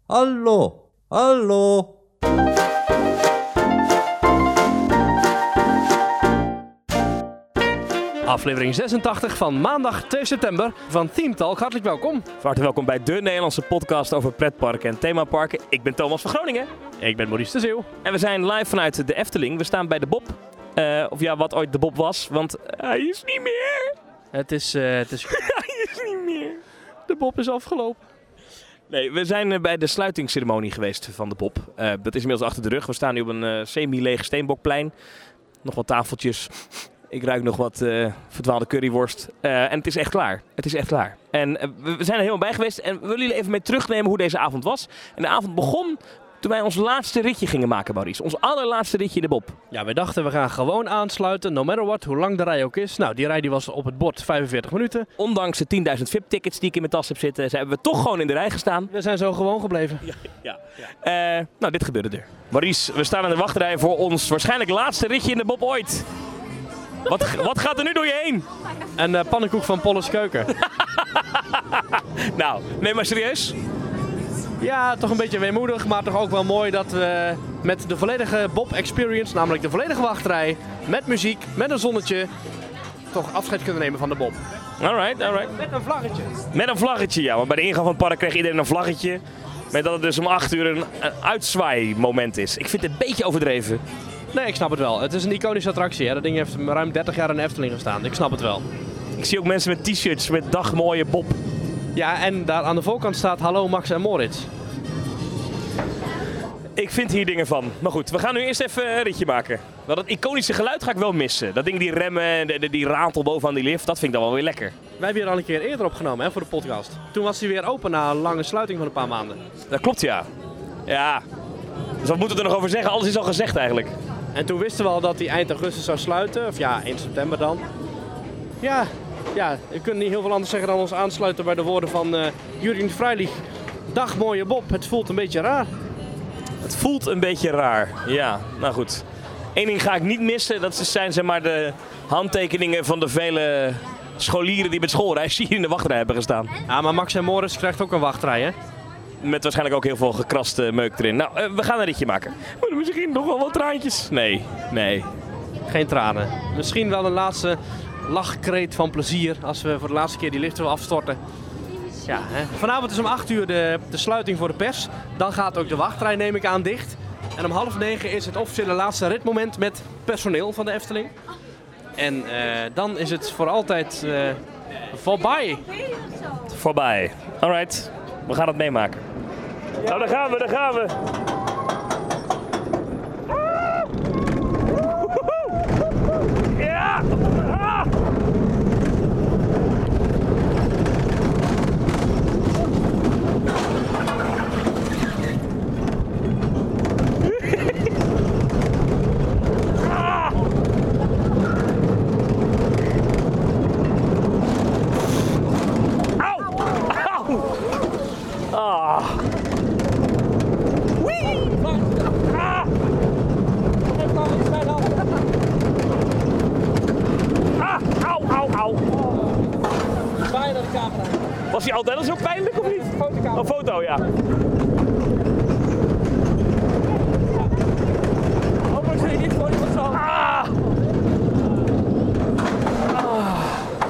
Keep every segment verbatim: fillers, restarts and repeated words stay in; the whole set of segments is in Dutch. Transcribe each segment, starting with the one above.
Hallo, hallo. Aflevering zesentachtig van maandag twee september van Theme Talk. Hartelijk welkom. Van harte welkom bij de Nederlandse podcast over pretparken en themaparken. Ik ben Thomas van Groningen. Ik ben Maurice de Zeeuw. En we zijn live vanuit de Efteling. We staan bij de Bob. Uh, of ja, wat ooit de Bob was, want hij is niet meer. Het is... Uh, het is... hij is niet meer. De Bob is afgelopen. Nee, we zijn uh, bij de sluitingsceremonie geweest van de Bob. Uh, dat is inmiddels achter de rug. We staan nu op een uh, semi-leeg steenbokplein. Nog wat tafeltjes. Ik ruik nog wat uh, verdwaalde curryworst. Uh, en het is echt klaar. Het is echt klaar. En uh, we zijn er helemaal bij geweest. En we willen jullie even mee terugnemen hoe deze avond was. En de avond begon toen wij ons laatste ritje gingen maken, Maurice. Ons allerlaatste ritje in de Bob. Ja, wij dachten we gaan gewoon aansluiten, no matter what, hoe lang de rij ook is. Nou, die rij die was op het bord vijfenveertig minuten. Ondanks de tienduizend V I P-tickets die ik in mijn tas heb zitten, hebben we toch gewoon in de rij gestaan. We zijn zo gewoon gebleven. Ja, ja, ja. Uh, nou, dit gebeurde er. Maurice, we staan in de wachtrij voor ons waarschijnlijk laatste ritje in de Bob ooit. Wat, wat gaat er nu door je heen? Een uh, pannenkoek van Polles Keuken. Nou, neem maar serieus. Ja, toch een beetje weemoedig, maar toch ook wel mooi dat we met de volledige Bob Experience, namelijk de volledige wachtrij, met muziek, met een zonnetje, toch afscheid kunnen nemen van de Bob. Alright, alright. Met een vlaggetje. Met een vlaggetje, ja. Want bij de ingang van het park kreeg iedereen een vlaggetje. Met dat het dus om acht uur een, een uitzwaai-moment is. Ik vind het een beetje overdreven. Nee, ik snap het wel. Het is een iconische attractie. Hè? Dat ding heeft ruim dertig jaar in de Efteling gestaan. Ik snap het wel. Ik zie ook mensen met t-shirts met dag mooie Bob. Ja, en daar aan de voorkant staat Hallo Max en Moritz. Ik vind hier dingen van. Maar goed, we gaan nu eerst even een ritje maken. Want dat iconische geluid ga ik wel missen. Dat ding die remmen en die, die ratel bovenaan die lift, dat vind ik dan wel weer lekker. Wij hebben hier al een keer eerder opgenomen hè, voor de podcast. Toen was hij weer open na een lange sluiting van een paar maanden. Dat klopt, ja. Ja. Dus wat moeten we er nog over zeggen? Alles is al gezegd eigenlijk. En toen wisten we al dat hij eind augustus zou sluiten. Of ja, één september dan. Ja, ja, we kunnen niet heel veel anders zeggen dan ons aansluiten bij de woorden van uh, Jurgen Freilich. Dag mooie Bob, het voelt een beetje raar. Het voelt een beetje raar, ja. Nou goed. Eén ding ga ik niet missen. Dat zijn zeg maar de handtekeningen van de vele scholieren die met schoolreis hier in de wachtrij hebben gestaan. Ja, maar Max en Moritz krijgt ook een wachtrij, hè? Met waarschijnlijk ook heel veel gekraste meuk erin. Nou, uh, we gaan een ritje maken. Maar misschien nog wel wat traantjes. Nee, nee. Geen tranen. Misschien wel een laatste lachkreet van plezier als we voor de laatste keer die lift willen afstorten. Ja, hè. Vanavond is om acht uur de, de sluiting voor de pers. Dan gaat ook de wachtrij, neem ik aan, dicht. En om half negen is het officiële laatste ritmoment met personeel van de Efteling. En uh, dan is het voor altijd uh, voorbij. Voorbij. Alright. We gaan het meemaken. Ja. Nou, daar gaan we, daar gaan we. Ja! Ah! Was hij altijd al zo pijnlijk of niet? Een foto, ja. Hopelijk zie je niet gewoon iemand zo. Ah! Ah!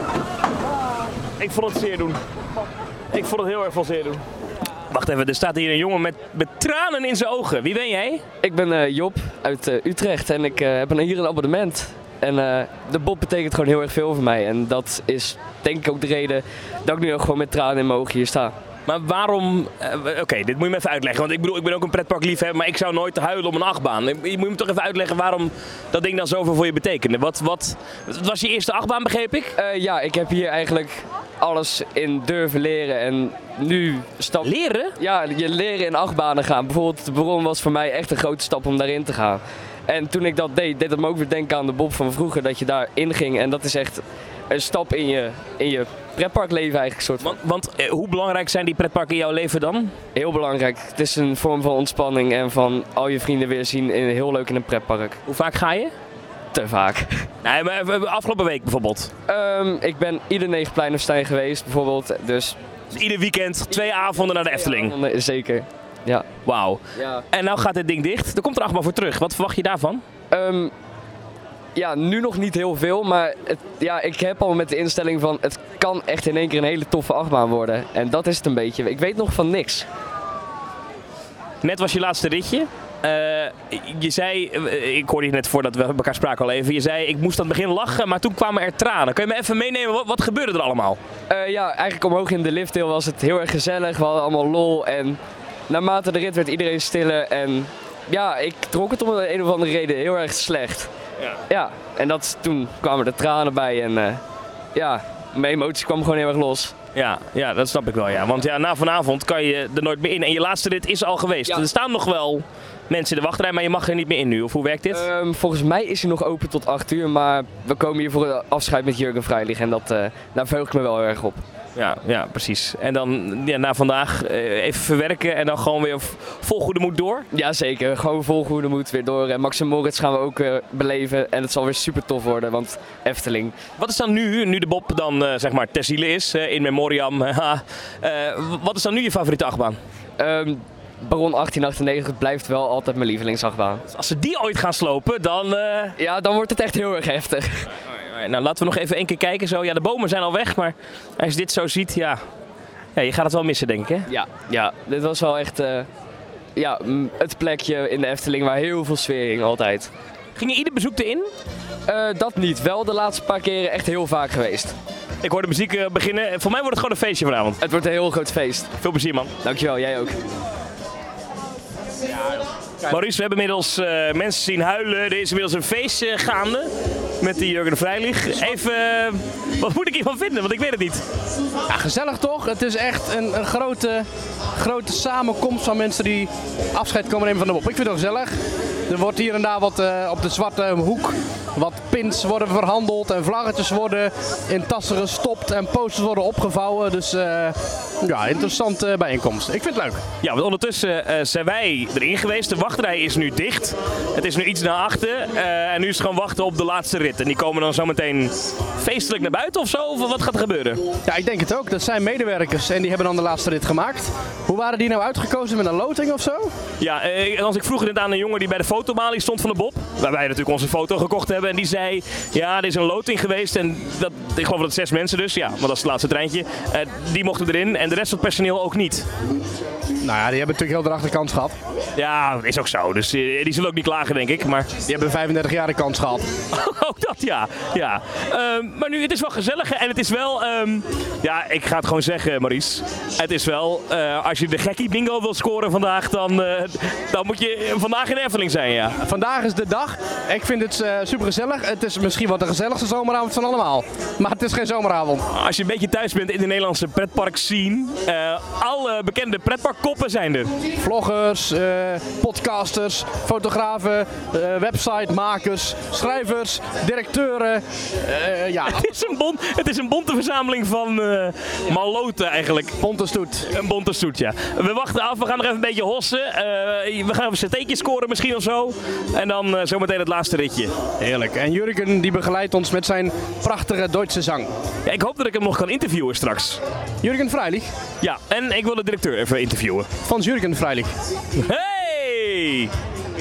Ik vond het zeer doen. Ik vond het heel erg veel zeer doen. Wacht even, er staat hier een jongen met, met tranen in zijn ogen. Wie ben jij? Ik ben uh, Job uit uh, Utrecht en ik uh, heb een, hier een abonnement. En uh, de Bob betekent gewoon heel erg veel voor mij. En dat is denk ik ook de reden dat ik nu ook gewoon met tranen in mijn ogen hier sta. Maar waarom... Uh, Oké, okay, dit moet je me even uitleggen. Want ik bedoel, ik ben ook een pretparkliefhebber, maar ik zou nooit huilen om een achtbaan. Je moet me toch even uitleggen waarom dat ding dan zoveel voor je betekende. Wat, wat, wat was je eerste achtbaan, begreep ik? Uh, ja, ik heb hier eigenlijk alles in durven leren en nu stap... Leren? Ja, je leren in achtbanen gaan. Bijvoorbeeld de Bron was voor mij echt een grote stap om daarin te gaan. En toen ik dat deed, deed het me ook weer denken aan de Bob van vroeger, dat je daarin ging. En dat is echt een stap in je, in je pretparkleven eigenlijk. Soort van. Want, want eh, hoe belangrijk zijn die pretparken in jouw leven dan? Heel belangrijk. Het is een vorm van ontspanning en van al je vrienden weer zien. In, heel leuk in een pretpark. Hoe vaak ga je? Te vaak. Nee, maar afgelopen week bijvoorbeeld? Um, ik ben ieder Negenpleinenfestijn geweest bijvoorbeeld. Dus... dus ieder weekend twee avonden naar de Efteling? Ja, zeker. Ja. Wauw. Ja. En nou gaat dit ding dicht. Er komt er achtbaan voor terug. Wat verwacht je daarvan? Um, ja, nu nog niet heel veel, maar het, ja, ik heb al met de instelling van het kan echt in één keer een hele toffe achtbaan worden. En dat is het een beetje. Ik weet nog van niks. Net was je laatste ritje. Uh, je zei, ik hoorde je net voordat we elkaar spraken al even, je zei ik moest aan het begin lachen, maar toen kwamen er tranen. Kun je me even meenemen, wat, wat gebeurde er allemaal? Uh, ja, eigenlijk omhoog in de lifthill was het heel erg gezellig, we hadden allemaal lol en naarmate de rit werd iedereen stiller en ja, ik trok het om een, een of andere reden heel erg slecht. Ja, ja en dat, toen kwamen er tranen bij en uh, ja, mijn emoties kwamen gewoon heel erg los. Ja, ja, dat snap ik wel, ja. Want ja, na vanavond kan je er nooit meer in. En je laatste rit is al geweest. Ja. Er staan nog wel mensen in de wachtrij, maar je mag er niet meer in nu. Of hoe werkt dit? Um, volgens mij is hij nog open tot acht uur, maar we komen hier voor een afscheid met Jurgen Freilich. En dat, uh, daar verheug ik me wel erg op. Ja, ja, precies. En dan ja, na vandaag uh, even verwerken en dan gewoon weer vol goede moed door? Ja, zeker. Gewoon vol goede moed weer door. En Max en Moritz gaan we ook uh, beleven. En het zal weer super tof worden, want Efteling. Wat is dan nu, nu de Bob dan uh, zeg maar ter ziele is, uh, in memoriam, uh, uh, wat is dan nu je favoriete achtbaan? Um, Baron achttien achtennegentig blijft wel altijd mijn lievelingsachtbaan. Als ze die ooit gaan slopen, dan... Uh... Ja, dan wordt het echt heel erg heftig. Nou, laten we nog even één keer kijken. Zo. Ja, de bomen zijn al weg, maar als je dit zo ziet, ja, ja je gaat het wel missen, denk ik, hè? Ja, ja, dit was wel echt uh, ja, het plekje in de Efteling waar heel veel sfeer hing, altijd. Ging je ieder bezoek erin? Uh, dat niet. Wel de laatste paar keren echt heel vaak geweest. Ik hoor de muziek uh, beginnen. Voor mij wordt het gewoon een feestje vanavond. Het wordt een heel groot feest. Veel plezier, man. Dankjewel, jij ook. Maurice, we hebben inmiddels uh, mensen zien huilen. Er is inmiddels een feestje gaande met die Jurgen Freilich. Even, uh, wat moet ik hiervan vinden? Want ik weet het niet. Ja, gezellig toch? Het is echt een, een grote, grote samenkomst van mensen die afscheid komen nemen van de Bob. Ik vind het wel gezellig. Er wordt hier en daar wat uh, op de zwarte hoek wat pins worden verhandeld en vlaggetjes worden in tassen gestopt en posters worden opgevouwen. Dus uh, ja, interessante bijeenkomst. Ik vind het leuk. Ja, want ondertussen uh, zijn wij erin geweest. De wachtrij is nu dicht. Het is nu iets naar achter uh, en nu is het gewoon wachten op de laatste rit. En die komen dan zo meteen feestelijk naar buiten of zo? Of wat gaat er gebeuren? Ja, ik denk het ook. Dat zijn medewerkers en die hebben dan de laatste rit gemaakt. Hoe waren die nou uitgekozen, met een loting of zo? Ja, uh, als ik vroeg dit aan een jongen die bij de fotobalie stond van de Bob, waar wij natuurlijk onze foto gekocht hebben, en die zei, ja, er is een loting geweest en dat, ik geloof dat het zes mensen dus, ja, want dat is het laatste treintje, uh, die mochten erin en de rest van het personeel ook niet. Nou ja, die hebben natuurlijk heel de achterkans gehad. Ja, dat is ook zo, dus uh, die zullen ook niet klagen, denk ik, maar... Die hebben vijfendertig jaar de kans gehad. Ook dat, ja. ja. Uh, maar nu, het is wel gezellig en het is wel, um, ja, ik ga het gewoon zeggen, Maurice, het is wel, uh, als je de gekkie bingo wil scoren vandaag, dan, uh, dan moet je vandaag in de Efteling zijn, ja. Vandaag is de dag. Ik vind het uh, super gezellig. Het is misschien wel de gezelligste zomeravond van allemaal. Maar het is geen zomeravond. Als je een beetje thuis bent in de Nederlandse pretpark scene, uh, alle bekende pretparkkoppen zijn er. Vloggers, uh, podcasters, fotografen, uh, websitemakers, schrijvers, directeuren. Uh, ja. Het is, een bon, het is een bonte verzameling van uh, maloten eigenlijk. Bonte stoet. Een bonte stoet, ja. We wachten af, we gaan nog even een beetje hossen. Uh, we gaan even satéetjes scoren misschien of zo. En dan uh, zometeen het laatste ritje. Heerlijk. En Jurgen die begeleidt ons met zijn prachtige Duitse zang. Ja, ik hoop dat ik hem nog kan interviewen straks. Jurgen Freilich? Ja, en ik wil de directeur even interviewen. Van Jurgen Freilich. Hey!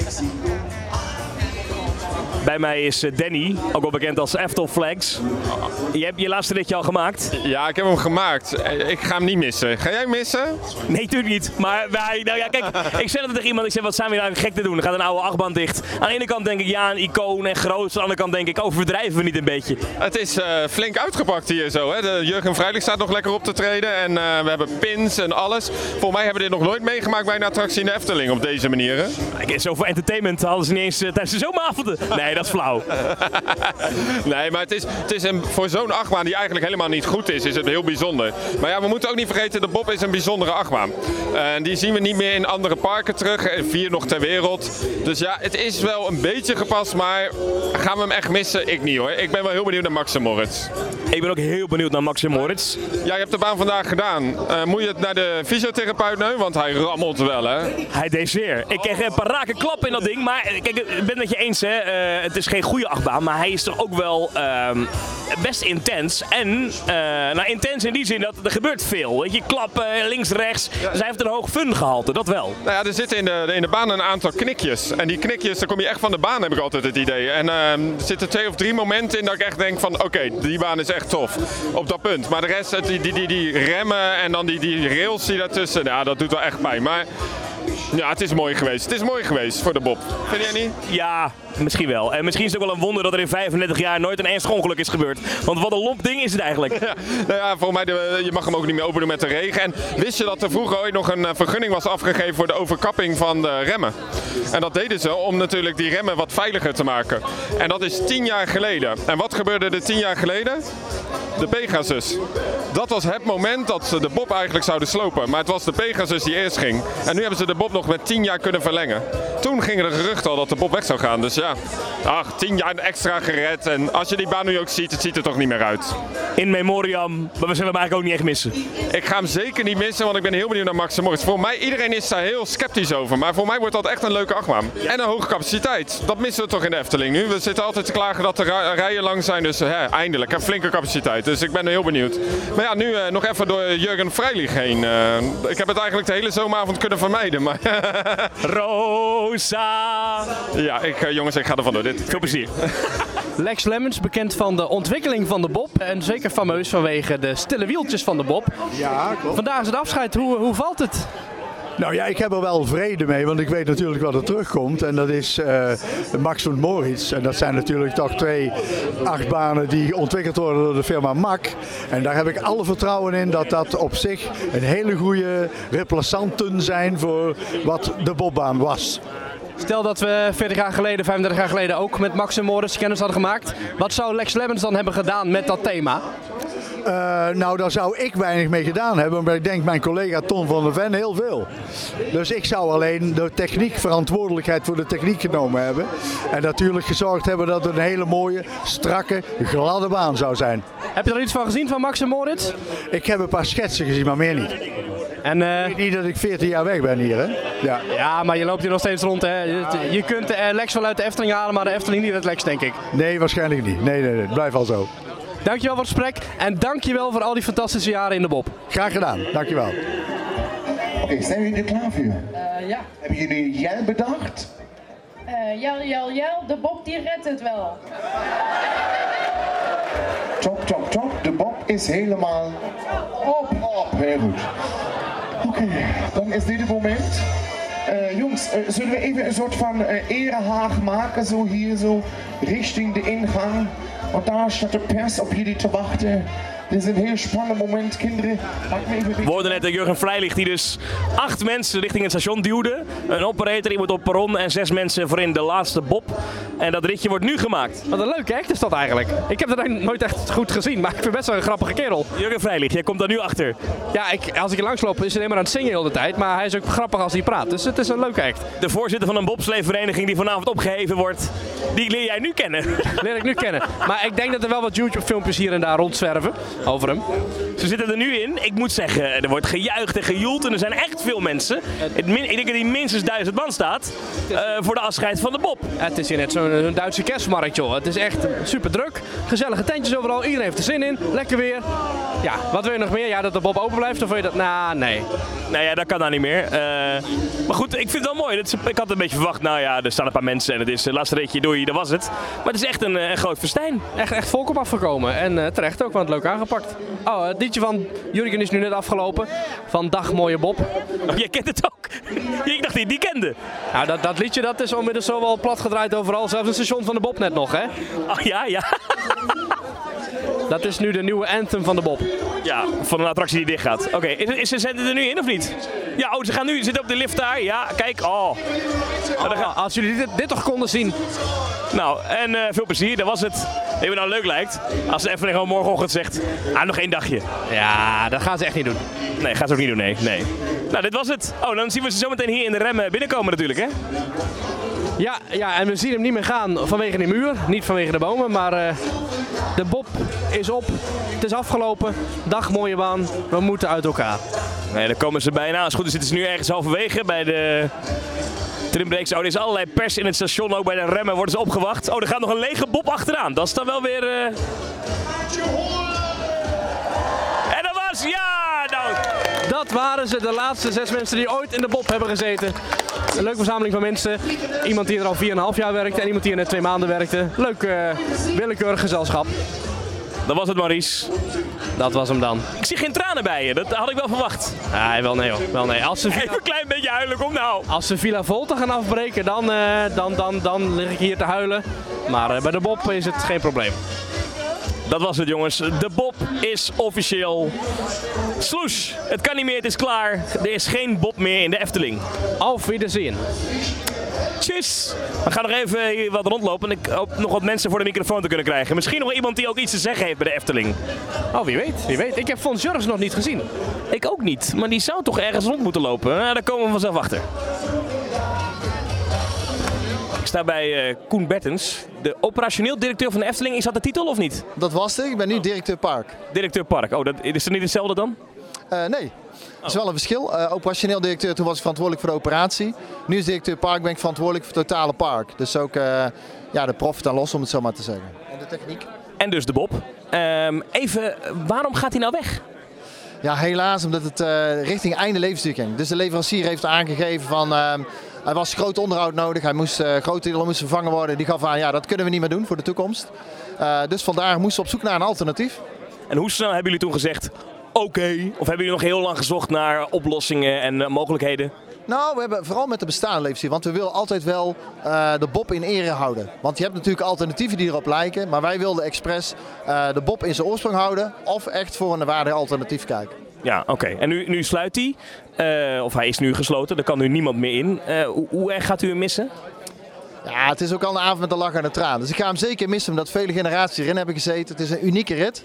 Bij mij is Danny, ook wel bekend als Eftel Flags. Je hebt je laatste ritje al gemaakt? Ja, ik heb hem gemaakt. Ik ga hem niet missen. Ga jij missen? Nee, natuurlijk niet. Maar wij, nou ja, kijk, ik zei het tegen iemand, ik zei, wat zijn we nou gek te doen? Er gaat een oude achtbaan dicht. Aan de ene kant denk ik, ja, een icoon en groot. Aan de andere kant denk ik, overdrijven we niet een beetje? Het is uh, flink uitgepakt hier zo. Hè? De Jurgen Freilich staat nog lekker op te treden. En uh, we hebben pins en alles. Volgens mij hebben we dit nog nooit meegemaakt bij een attractie in de Efteling op deze manier. Hè? Kijk, zoveel entertainment hadden ze niet eens uh, tijdens de zomeravonden. Nee, dat is flauw. Nee, maar het is, het is een, voor zo'n achtbaan die eigenlijk helemaal niet goed is, is het heel bijzonder. Maar ja, we moeten ook niet vergeten, de Bob is een bijzondere achtbaan. Uh, en die zien we niet meer in andere parken terug, vier nog ter wereld. Dus ja, het is wel een beetje gepast, maar gaan we hem echt missen? Ik niet hoor. Ik ben wel heel benieuwd naar Max en Moritz. Ik ben ook heel benieuwd naar Max en Moritz. Ja, je hebt de baan vandaag gedaan. Uh, moet je het naar de fysiotherapeut nu? Want hij rammelt wel, hè? Hij deed zeer. Ik kreeg een paar rake klappen in dat ding, maar kijk, ik ben het met je eens, hè. Uh, het is geen goede achtbaan, maar hij is toch ook wel uh, best intens. En uh, nou, intens in die zin dat er gebeurt veel. Weet je, klappen, links, rechts. Ja. Dus hij heeft een hoog fungehalte, dat wel. Nou ja, er zitten in de, in de baan een aantal knikjes. En die knikjes, daar kom je echt van de baan, heb ik altijd het idee. En uh, er zitten twee of drie momenten in dat ik echt denk van, oké, okay, die baan is echt tof. Op dat punt. Maar de rest, die, die, die, die remmen en dan die, die rails die daartussen, ja, dat doet wel echt pijn. Maar ja, het is mooi geweest. Het is mooi geweest voor de Bob. Vind jij niet? Ja, misschien wel. En misschien is het ook wel een wonder dat er in vijfendertig jaar nooit een ernstig ongeluk is gebeurd. Want wat een lomp ding is het eigenlijk. Ja, nou ja, volgens mij, de, je mag hem ook niet meer openen met de regen. En wist je dat er vroeger ooit nog een vergunning was afgegeven voor de overkapping van de remmen? En dat deden ze om natuurlijk die remmen wat veiliger te maken. En dat is tien jaar geleden. En wat gebeurde er tien jaar geleden? De Pegasus. Dat was het moment dat ze de Bob eigenlijk zouden slopen. Maar het was de Pegasus die eerst ging. En nu hebben ze de Bob nog met tien jaar kunnen verlengen. Toen gingen er geruchten al dat de Bob weg zou gaan. Dus ja, ach, tien jaar extra gered. En als je die baan nu ook ziet, het ziet er toch niet meer uit. In memoriam, maar we zullen hem eigenlijk ook niet echt missen. Ik ga hem zeker niet missen, want ik ben heel benieuwd naar Max en Moritz. Voor mij, iedereen is daar heel sceptisch over. Maar voor mij wordt dat echt een leuke achtbaan. Ja. En een hoge capaciteit. Dat missen we toch in de Efteling nu. We zitten altijd te klagen dat de rijen lang zijn. Dus hè, eindelijk, een flinke capaciteit. Dus ik ben heel benieuwd. Maar ja, nu uh, nog even door Jurgen Freilich heen. Uh, ik heb het eigenlijk de hele zomeravond kunnen vermijden. Maar Rosa! Ja, ik, uh, jongens, ik ga er vandoor. Dit. Veel plezier. Lex Lemmens, bekend van de ontwikkeling van de Bob. En zeker fameus vanwege de stille wieltjes van de Bob. Ja, klopt. Vandaag is het afscheid. Hoe, hoe valt het? Nou ja, ik heb er wel vrede mee, want ik weet natuurlijk wat er terugkomt. En dat is uh, Max en Moritz. En dat zijn natuurlijk toch twee achtbanen die ontwikkeld worden door de firma M A C. En daar heb ik alle vertrouwen in dat dat op zich een hele goede replaçanten zijn voor wat de Bobbaan was. Stel dat we veertig jaar geleden, vijfendertig jaar geleden ook met Max en Moritz kennis hadden gemaakt. Wat zou Lex Lemmens dan hebben gedaan met dat thema? Uh, nou, daar zou ik weinig mee gedaan hebben, maar ik denk mijn collega Ton van der Ven heel veel. Dus ik zou alleen de techniek, verantwoordelijkheid voor de techniek genomen hebben. En natuurlijk gezorgd hebben dat het een hele mooie, strakke, gladde baan zou zijn. Heb je er iets van gezien van Max en Moritz? Ik heb een paar schetsen gezien, maar meer niet. En, uh... Ik weet niet dat ik veertien jaar weg ben hier, hè? Ja, ja, maar je loopt hier nog steeds rond, hè? Je, je kunt uh, Lex wel uit de Efteling halen, maar de Efteling niet uit Lex, denk ik. Nee, waarschijnlijk niet. Nee, nee, nee. Het blijft al zo. Dankjewel voor het gesprek en dankjewel voor al die fantastische jaren in de Bob. Graag gedaan, dankjewel. Oké, okay, zijn jullie er klaar voor? Uh, ja. Hebben jullie Jel bedacht? Uh, jel, jel, jel, de Bob die redt het wel. Top, top, top, de Bob is helemaal op, op, heel goed. Oké, okay, dan is dit het moment. Uh, jongens, uh, zullen we even een soort van uh, erehaag maken, zo hier, zo richting de ingang. Want daar staat de pers op jullie te wachten. Dit is een heel spannend moment, kinderen. We hoorden net Jurgen Freilich die dus acht mensen richting het station duwde. Een operator, iemand op perron en zes mensen voorin de laatste Bob. En dat ritje wordt nu gemaakt. Wat een leuke act is dat eigenlijk. Ik heb dat eigenlijk nooit echt goed gezien, maar ik vind best wel een grappige kerel. Jurgen Freilich, jij komt daar nu achter. Ja, ik, als ik er langs loop is hij alleen maar aan het zingen de hele tijd. Maar hij is ook grappig als hij praat, dus het is een leuke act. De voorzitter van een bobsleevereniging die vanavond opgeheven wordt, die leer jij nu kennen. Leer ik nu kennen. Maar ik denk dat er wel wat YouTube filmpjes hier en daar rondzwerven over hem. Ze zitten er nu in. Ik moet zeggen, er wordt gejuicht en gejoeld en er zijn echt veel mensen. Het min, ik denk dat hier minstens duizend man staat uh, voor de afscheid van de Bob. Het is hier net zo'n Duitse kerstmarkt, joh. Het is echt super druk. Gezellige tentjes overal. Iedereen heeft er zin in. Lekker weer. Ja, wat wil je nog meer? Ja, dat de Bob open blijft of wil je dat? Nou, nee. Nou ja, dat kan nou niet meer. Uh, maar goed, ik vind het wel mooi. Dat is, ik had een beetje verwacht, nou ja, er staan een paar mensen en het is het laatste ritje, doei, dat was het. Maar het is echt een, een groot festijn. Echt, echt volk op afgekomen. En uh, terecht ook, want leuk aangepakt. Oh, het liedje van Jurgen is nu net afgelopen. Van Dag Mooie Bob. Oh, jij kent het ook? Ik dacht dat je die kende. Nou, dat, dat liedje dat is onmiddellijk zo wel plat gedraaid overal. Zelfs een station van de Bob net nog, hè? Oh ja, ja. Dat is nu de nieuwe anthem van de Bob. Ja, van een attractie die dicht gaat. Oké, okay. is, is ze zetten er nu in of niet? Ja, oh, ze gaan nu zitten op de lift daar. Ja, kijk. Oh. Oh, als jullie dit, dit toch konden zien. Nou, en uh, veel plezier. Dat was het. Even nou leuk lijkt. Als de Efteling gewoon morgenochtend zegt, ah, nog één dagje. Ja, dat gaan ze echt niet doen. Nee, gaan ze ook niet doen, nee. nee. Nou, dit was het. Oh, dan zien we ze zo meteen hier in de remmen binnenkomen natuurlijk, hè? Ja, ja, en we zien hem niet meer gaan vanwege die muur. Niet vanwege de bomen, maar uh, de Bob is op. Het is afgelopen. Dag mooie baan. We moeten uit elkaar. Nee, daar komen ze bijna. Als het goed is zitten ze nu ergens halverwege bij de Trimbreaks. Oh, er is allerlei pers in het station. Ook bij de remmen worden ze opgewacht. Oh, er gaat nog een lege bob achteraan. Dat is dan wel weer... Uh... En dat was... Ja, nou... Dat waren ze, de laatste zes mensen die ooit in de bob hebben gezeten. Een leuke verzameling van mensen. Iemand die er al vier en een half jaar werkte en iemand die er net twee maanden werkte. Leuk, uh, willekeurig gezelschap. Dat was het, Maurice. Dat was hem dan. Ik zie geen tranen bij je, dat had ik wel verwacht. Ja, wel nee hoor. Wel nee. Als ze Villa... Even een klein beetje huilen, kom nou. Als ze Villa Volta gaan afbreken, dan, uh, dan, dan, dan lig ik hier te huilen. Maar uh, bij de bob is het geen probleem. Dat was het, jongens. De bob is officieel. Sloes, het kan niet meer, het is klaar. Er is geen bob meer in de Efteling. Auf Wiedersehen. Tjus. We gaan nog even hier wat rondlopen en ik hoop nog wat mensen voor de microfoon te kunnen krijgen. Misschien nog iemand die ook iets te zeggen heeft bij de Efteling. Oh, wie weet, wie weet. Ik heb Fons Jurgens nog niet gezien. Ik ook niet, maar die zou toch ergens rond moeten lopen. Nou, daar komen we vanzelf achter. Ik sta bij uh, Koen Bertens, de operationeel directeur van de Efteling. Is dat de titel of niet? Dat was het. Ik ben nu directeur park. Directeur park. Oh, dat, is er niet hetzelfde dan? Uh, nee. Dat is wel een verschil. Uh, operationeel directeur, toen was ik verantwoordelijk voor de operatie. Nu is directeur park, ben ik verantwoordelijk voor het totale park. Dus ook uh, ja, de profit en los, om het zo maar te zeggen. En de techniek. En dus de bob. Um, even, waarom gaat hij nou weg? Ja, helaas, omdat het uh, richting einde levensduur ging. Dus de leverancier heeft aangegeven van... Uh, er was groot onderhoud nodig, hij moest, uh, grote delen moesten vervangen worden. Die gaf aan, ja, dat kunnen we niet meer doen voor de toekomst. Uh, dus vandaar moesten we op zoek naar een alternatief. En hoe snel hebben jullie toen gezegd... Oké, okay. Of hebben jullie nog heel lang gezocht naar oplossingen en uh, mogelijkheden? Nou, we hebben vooral met de bestaande leverancier, want we willen altijd wel uh, de bob in ere houden. Want je hebt natuurlijk alternatieven die erop lijken, maar wij wilden expres uh, de bob in zijn oorsprong houden of echt voor een waardig alternatief kijken. Ja, oké. Okay. En nu, nu sluit hij, uh, of hij is nu gesloten, er kan nu niemand meer in. Uh, hoe, hoe erg gaat u hem missen? Ja, het is ook al een avond met een lach en een traan. Dus ik ga hem zeker missen, omdat vele generaties erin hebben gezeten. Het is een unieke rit.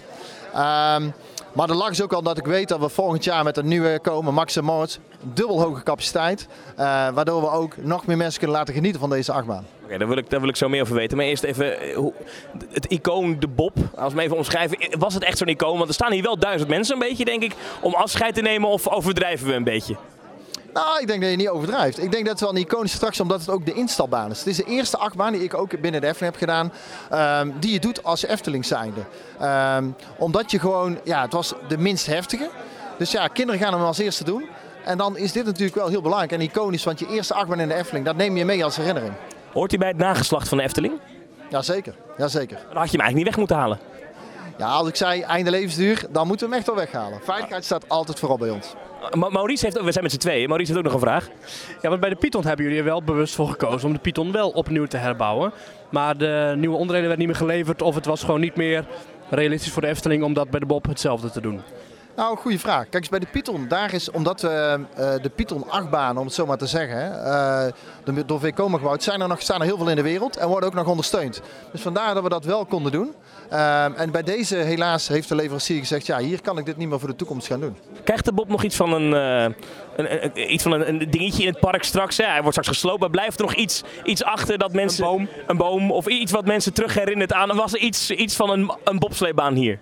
Um, Maar de lach is ook al dat ik weet dat we volgend jaar met een nieuwe komen, Max en Moritz, dubbel hoge capaciteit. Uh, waardoor we ook nog meer mensen kunnen laten genieten van deze achtbaan. Oké, okay, daar, wil ik, daar wil ik zo meer over weten. Maar eerst even, het icoon, de bob, als we hem even omschrijven. Was het echt zo'n icoon? Want er staan hier wel duizend mensen een beetje, denk ik, om afscheid te nemen, of overdrijven we een beetje? Nou, ik denk dat je niet overdrijft. Ik denk dat het wel een iconische attractie is, omdat het ook de instapbaan is. Het is de eerste achtbaan die ik ook binnen de Efteling heb gedaan, um, die je doet als Efteling zijnde. Um, omdat je gewoon, ja, het was de minst heftige. Dus ja, kinderen gaan hem als eerste doen. En dan is dit natuurlijk wel heel belangrijk en iconisch, want je eerste achtbaan in de Efteling, dat neem je mee als herinnering. Hoort hij bij het nageslacht van de Efteling? Jazeker, jazeker. Dan had je hem eigenlijk niet weg moeten halen. Ja, als ik zei einde levensduur, dan moeten we hem echt wel weghalen. Veiligheid staat altijd vooral bij ons. Ma Maurice heeft, we zijn met z'n tweeën, Maurice heeft ook nog een vraag. Ja, want bij de Python hebben jullie er wel bewust voor gekozen om de Python wel opnieuw te herbouwen. Maar de nieuwe onderdelen werden niet meer geleverd of het was gewoon niet meer realistisch voor de Efteling om dat bij de Bob hetzelfde te doen. Nou, goede vraag. Kijk eens, bij de Python, daar is, omdat we uh, de Python achtbaan, om het zo maar te zeggen, uh, door Vekoma gebouwd, zijn er nog, staan er heel veel in de wereld en worden ook nog ondersteund. Dus vandaar dat we dat wel konden doen. Uh, en bij deze helaas heeft de leverancier gezegd, ja, hier kan ik dit niet meer voor de toekomst gaan doen. Krijgt de Bob nog iets van een, uh, een, een, iets van een, een dingetje in het park straks? Hè? Hij wordt straks gesloopt, maar blijft er nog iets, iets achter dat mensen... Een boom. Een boom of iets wat mensen terug herinnert aan. Was er iets, iets van een, een bobsleebaan hier?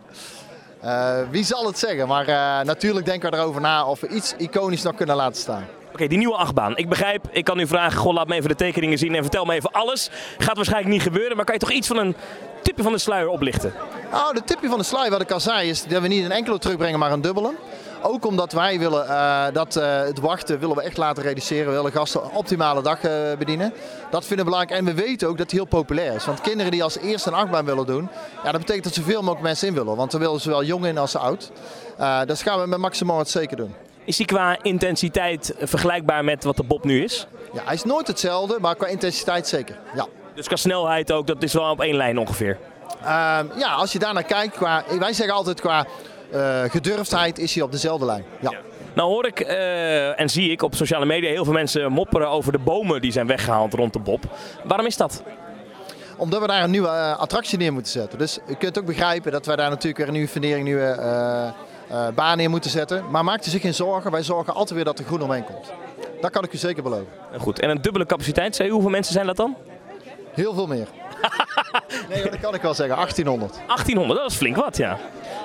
Uh, wie zal het zeggen, maar uh, natuurlijk denken we erover na of we iets iconisch nog kunnen laten staan. Oké, okay, die nieuwe achtbaan. Ik begrijp, ik kan u vragen, goh, laat me even de tekeningen zien en vertel me even alles. Gaat waarschijnlijk niet gebeuren, maar kan je toch iets van een tipje van de sluier oplichten? Nou, de tipje van de sluier, wat ik al zei, is dat we niet een enkele terugbrengen, maar een dubbele. Ook omdat wij willen uh, dat uh, het wachten willen we echt laten reduceren. We willen gasten een optimale dag uh, bedienen. Dat vinden we belangrijk. En we weten ook dat het heel populair is. Want kinderen die als eerste een achtbaan willen doen, ja, dat betekent dat zoveel mogelijk mensen in willen. Want er willen zowel jong in als oud. Uh, dat gaan we met Max en Moritz zeker doen. Is die qua intensiteit vergelijkbaar met wat de Bob nu is? Ja, hij is nooit hetzelfde, maar qua intensiteit zeker. Ja. Dus qua snelheid ook, dat is wel op één lijn ongeveer? Uh, ja, als je daarnaar kijkt, qua, wij zeggen altijd qua uh, gedurfdheid is hij op dezelfde lijn. Ja. Ja. Nou hoor ik uh, en zie ik op sociale media heel veel mensen mopperen over de bomen die zijn weggehaald rond de Bob. Waarom is dat? Omdat we daar een nieuwe uh, attractie neer moeten zetten. Dus u kunt ook begrijpen dat wij daar natuurlijk weer een nieuwe fundering, nieuwe uh, uh, baan neer moeten zetten. Maar maakt u zich geen zorgen, wij zorgen altijd weer dat er groen omheen komt. Dat kan ik u zeker beloven. Goed, en een dubbele capaciteit, zei u, hoeveel mensen zijn dat dan? Heel veel meer. Nee, dat kan ik wel zeggen, achttienhonderd. achttienhonderd, dat is flink wat, ja.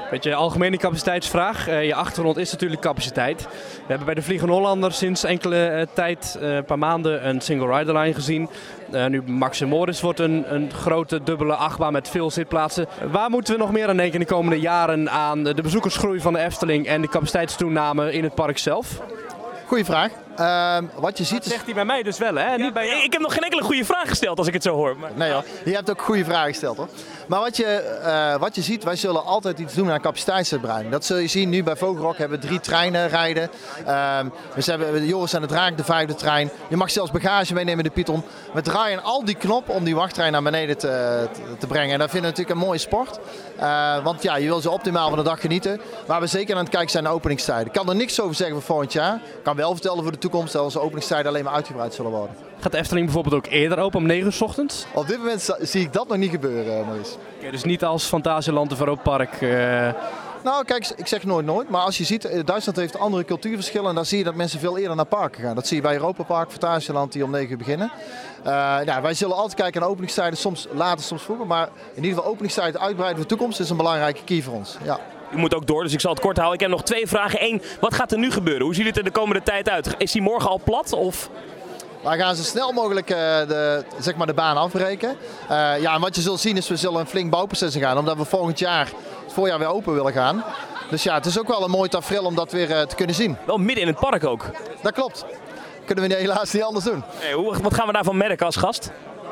Beetje algemene capaciteitsvraag. Uh, je achtergrond is natuurlijk capaciteit. We hebben bij de Vliegende Hollander sinds enkele uh, tijd, een uh, paar maanden, een single rider line gezien. Uh, nu Max en Moritz wordt een, een grote dubbele achtbaan met veel zitplaatsen. Uh, waar moeten we nog meer aan denken in de komende jaren aan de bezoekersgroei van de Efteling en de capaciteitstoename in het park zelf? Goeie vraag. Uh, wat je ziet is... Zegt hij bij mij dus wel, hè? Ja, Niet bij jou. Ik heb nog geen enkele goede vraag gesteld als ik het zo hoor. Maar... Nee hoor, je hebt ook goede vragen gesteld hoor. Maar wat je, uh, wat je ziet, wij zullen altijd iets doen aan capaciteitsuitbreiding. Dat zul je zien nu bij Vogelrok hebben we drie treinen rijden. Uh, dus hebben we Joris en de Draak, de vijfde trein. Je mag zelfs bagage meenemen in de Python. We draaien al die knop om die wachttrein naar beneden te, te, te brengen. En dat vinden we natuurlijk een mooie sport. Uh, want ja, je wil zo optimaal van de dag genieten. Waar we zeker aan het kijken zijn naar openingstijden. Ik kan er niks over zeggen voor volgend jaar. Ik kan wel vertellen voor de toekomst dat onze openingstijden alleen maar uitgebreid zullen worden. Gaat de Efteling bijvoorbeeld ook eerder open om negen uur 's ochtends? Op dit moment zie ik dat nog niet gebeuren, Maurice. Okay, dus niet als Fantasieland of Europa Park. Uh... Nou kijk, ik zeg nooit nooit, maar als je ziet, Duitsland heeft andere cultuurverschillen en dan zie je dat mensen veel eerder naar parken gaan. Dat zie je bij Europa Park, Fantasieland die om negen uur beginnen. Uh, ja, wij zullen altijd kijken naar openingstijden, soms later, soms vroeger. Maar in ieder geval openingstijden uitbreiden voor de toekomst is een belangrijke key voor ons. Ja. U moet ook door, dus ik zal het kort houden. Ik heb nog twee vragen. Eén, wat gaat er nu gebeuren? Hoe ziet het er de komende tijd uit? Is die morgen al plat? Of... Wij gaan zo snel mogelijk uh, de, zeg maar de baan afbreken. Uh, ja, en wat je zult zien is, we zullen een flink bouwproces in gaan. Omdat we volgend jaar, het voorjaar weer open willen gaan. Dus ja, het is ook wel een mooi tafereel om dat weer uh, te kunnen zien. Wel midden in het park ook. Dat klopt. Kunnen we helaas niet anders doen. Hey, hoe, wat gaan we daarvan merken als gast?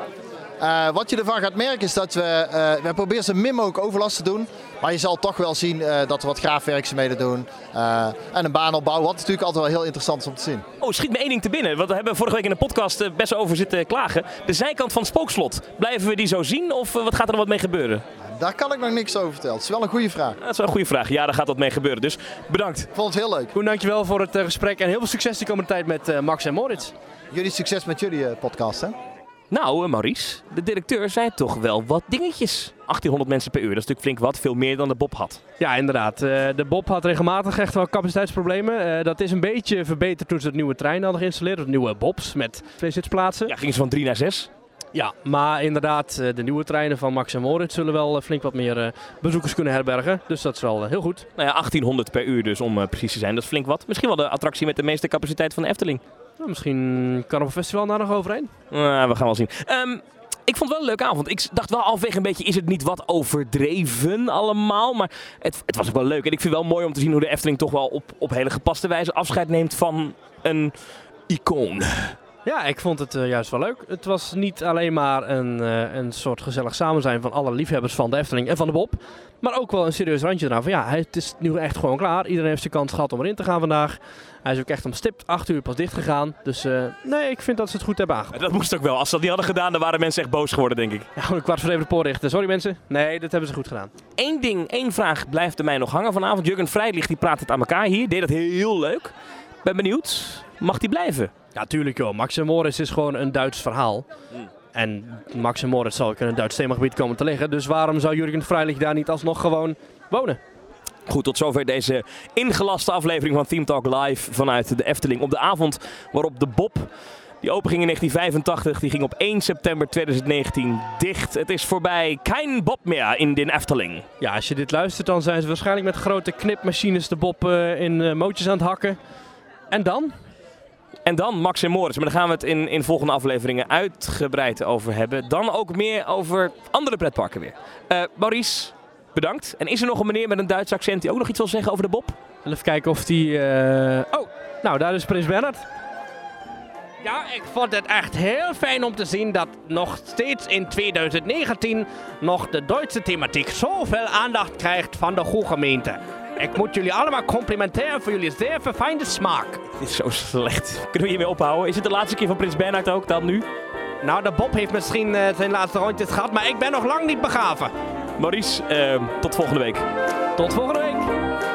Uh, wat je ervan gaat merken is dat we, uh, we proberen zo min mogelijk overlast te doen. Maar je zal toch wel zien uh, dat we wat graafwerkzaamheden doen. Uh, en een baan opbouwen, wat natuurlijk altijd wel heel interessant is om te zien. Oh, schiet me één ding te binnen. Want we hebben vorige week in de podcast best over zitten klagen. De zijkant van het Spookslot. Blijven we die zo zien of wat gaat er wat mee gebeuren? Daar kan ik nog niks over vertellen. Het is wel een goede vraag. Dat is wel een goede vraag. Ja, daar gaat wat mee gebeuren. Dus bedankt. Ik vond het heel leuk. Koen, dankjewel voor het uh, gesprek en heel veel succes de komende tijd met uh, Max en Moritz. Jullie succes met jullie uh, podcast, hè? Nou, uh, Maurice, de directeur zei toch wel wat dingetjes. achttienhonderd mensen per uur, dat is natuurlijk flink wat. Veel meer dan de Bob had. Ja, inderdaad. Uh, de Bob had regelmatig echt wel capaciteitsproblemen. Uh, dat is een beetje verbeterd toen ze het nieuwe trein hadden geïnstalleerd. Het nieuwe Bobs met twee zitsplaatsen. Ja, gingen ze van drie naar zes. Ja, maar inderdaad, de nieuwe treinen van Max en Moritz zullen wel flink wat meer bezoekers kunnen herbergen. Dus dat is wel heel goed. Nou ja, achttienhonderd per uur dus om precies te zijn. Dat is flink wat. Misschien wel de attractie met de meeste capaciteit van de Efteling. Nou, misschien kan op een festival daar nog overheen. Uh, we gaan wel zien. Um, ik vond het wel een leuke avond. Ik dacht wel halverwege een beetje, is het niet wat overdreven allemaal? Maar het, het was ook wel leuk. En ik vind het wel mooi om te zien hoe de Efteling toch wel op, op hele gepaste wijze afscheid neemt van een icoon. Ja, ik vond het uh, juist wel leuk. Het was niet alleen maar een, uh, een soort gezellig samenzijn van alle liefhebbers van de Efteling en van de Bob. Maar ook wel een serieus randje eraan van ja, het is nu echt gewoon klaar. Iedereen heeft zijn kans gehad om erin te gaan vandaag. Hij is ook echt om stipt acht uur pas dicht gegaan. Dus uh, nee, ik vind dat ze het goed hebben aangepakt. Dat moest ook wel. Als ze dat niet hadden gedaan, dan waren mensen echt boos geworden, denk ik. Ja, een kwart voor even de poort richten. Sorry mensen. Nee, dat hebben ze goed gedaan. Eén ding, één vraag blijft bij mij nog hangen vanavond. Jurgen Freilich, die praat het aan elkaar hier. Deed dat heel leuk. Ben benieuwd. Mag die blijven? Ja, tuurlijk joh. Max en Moritz is gewoon een Duits verhaal. Mm. En Max en Moritz zal ook in een Duits themagebied komen te liggen. Dus waarom zou Jurgen Freilich daar niet alsnog gewoon wonen? Goed, tot zover deze ingelaste aflevering van Theme Talk Live vanuit de Efteling. Op de avond waarop de Bob, die open ging in negentien vijfentachtig, die ging op één september tweeduizend negentien dicht. Het is voorbij. Kein Bob meer in de Efteling. Ja, als je dit luistert, dan zijn ze waarschijnlijk met grote knipmachines de Bob uh, in uh, mootjes aan het hakken. En dan? En dan Max en Moritz, maar daar gaan we het in, in volgende afleveringen uitgebreid over hebben. Dan ook meer over andere pretparken weer. Uh, Maurice, bedankt. En is er nog een meneer met een Duits accent die ook nog iets wil zeggen over de Bob? Even kijken of die... Uh... Oh, nou daar is Prins Bernhard. Ja, ik vond het echt heel fijn om te zien dat nog steeds in tweeduizend negentien nog de Duitse thematiek zoveel aandacht krijgt van de Goegemeente. Ik moet jullie allemaal complimenteren voor jullie zeer verfijnde smaak. Dit is zo slecht. Kunnen we hiermee ophouden? Is het de laatste keer van Prins Bernhard ook dan nu? Nou, de Bob heeft misschien uh, zijn laatste rondjes gehad, maar ik ben nog lang niet begraven. Maurice, uh, tot volgende week. Tot volgende week.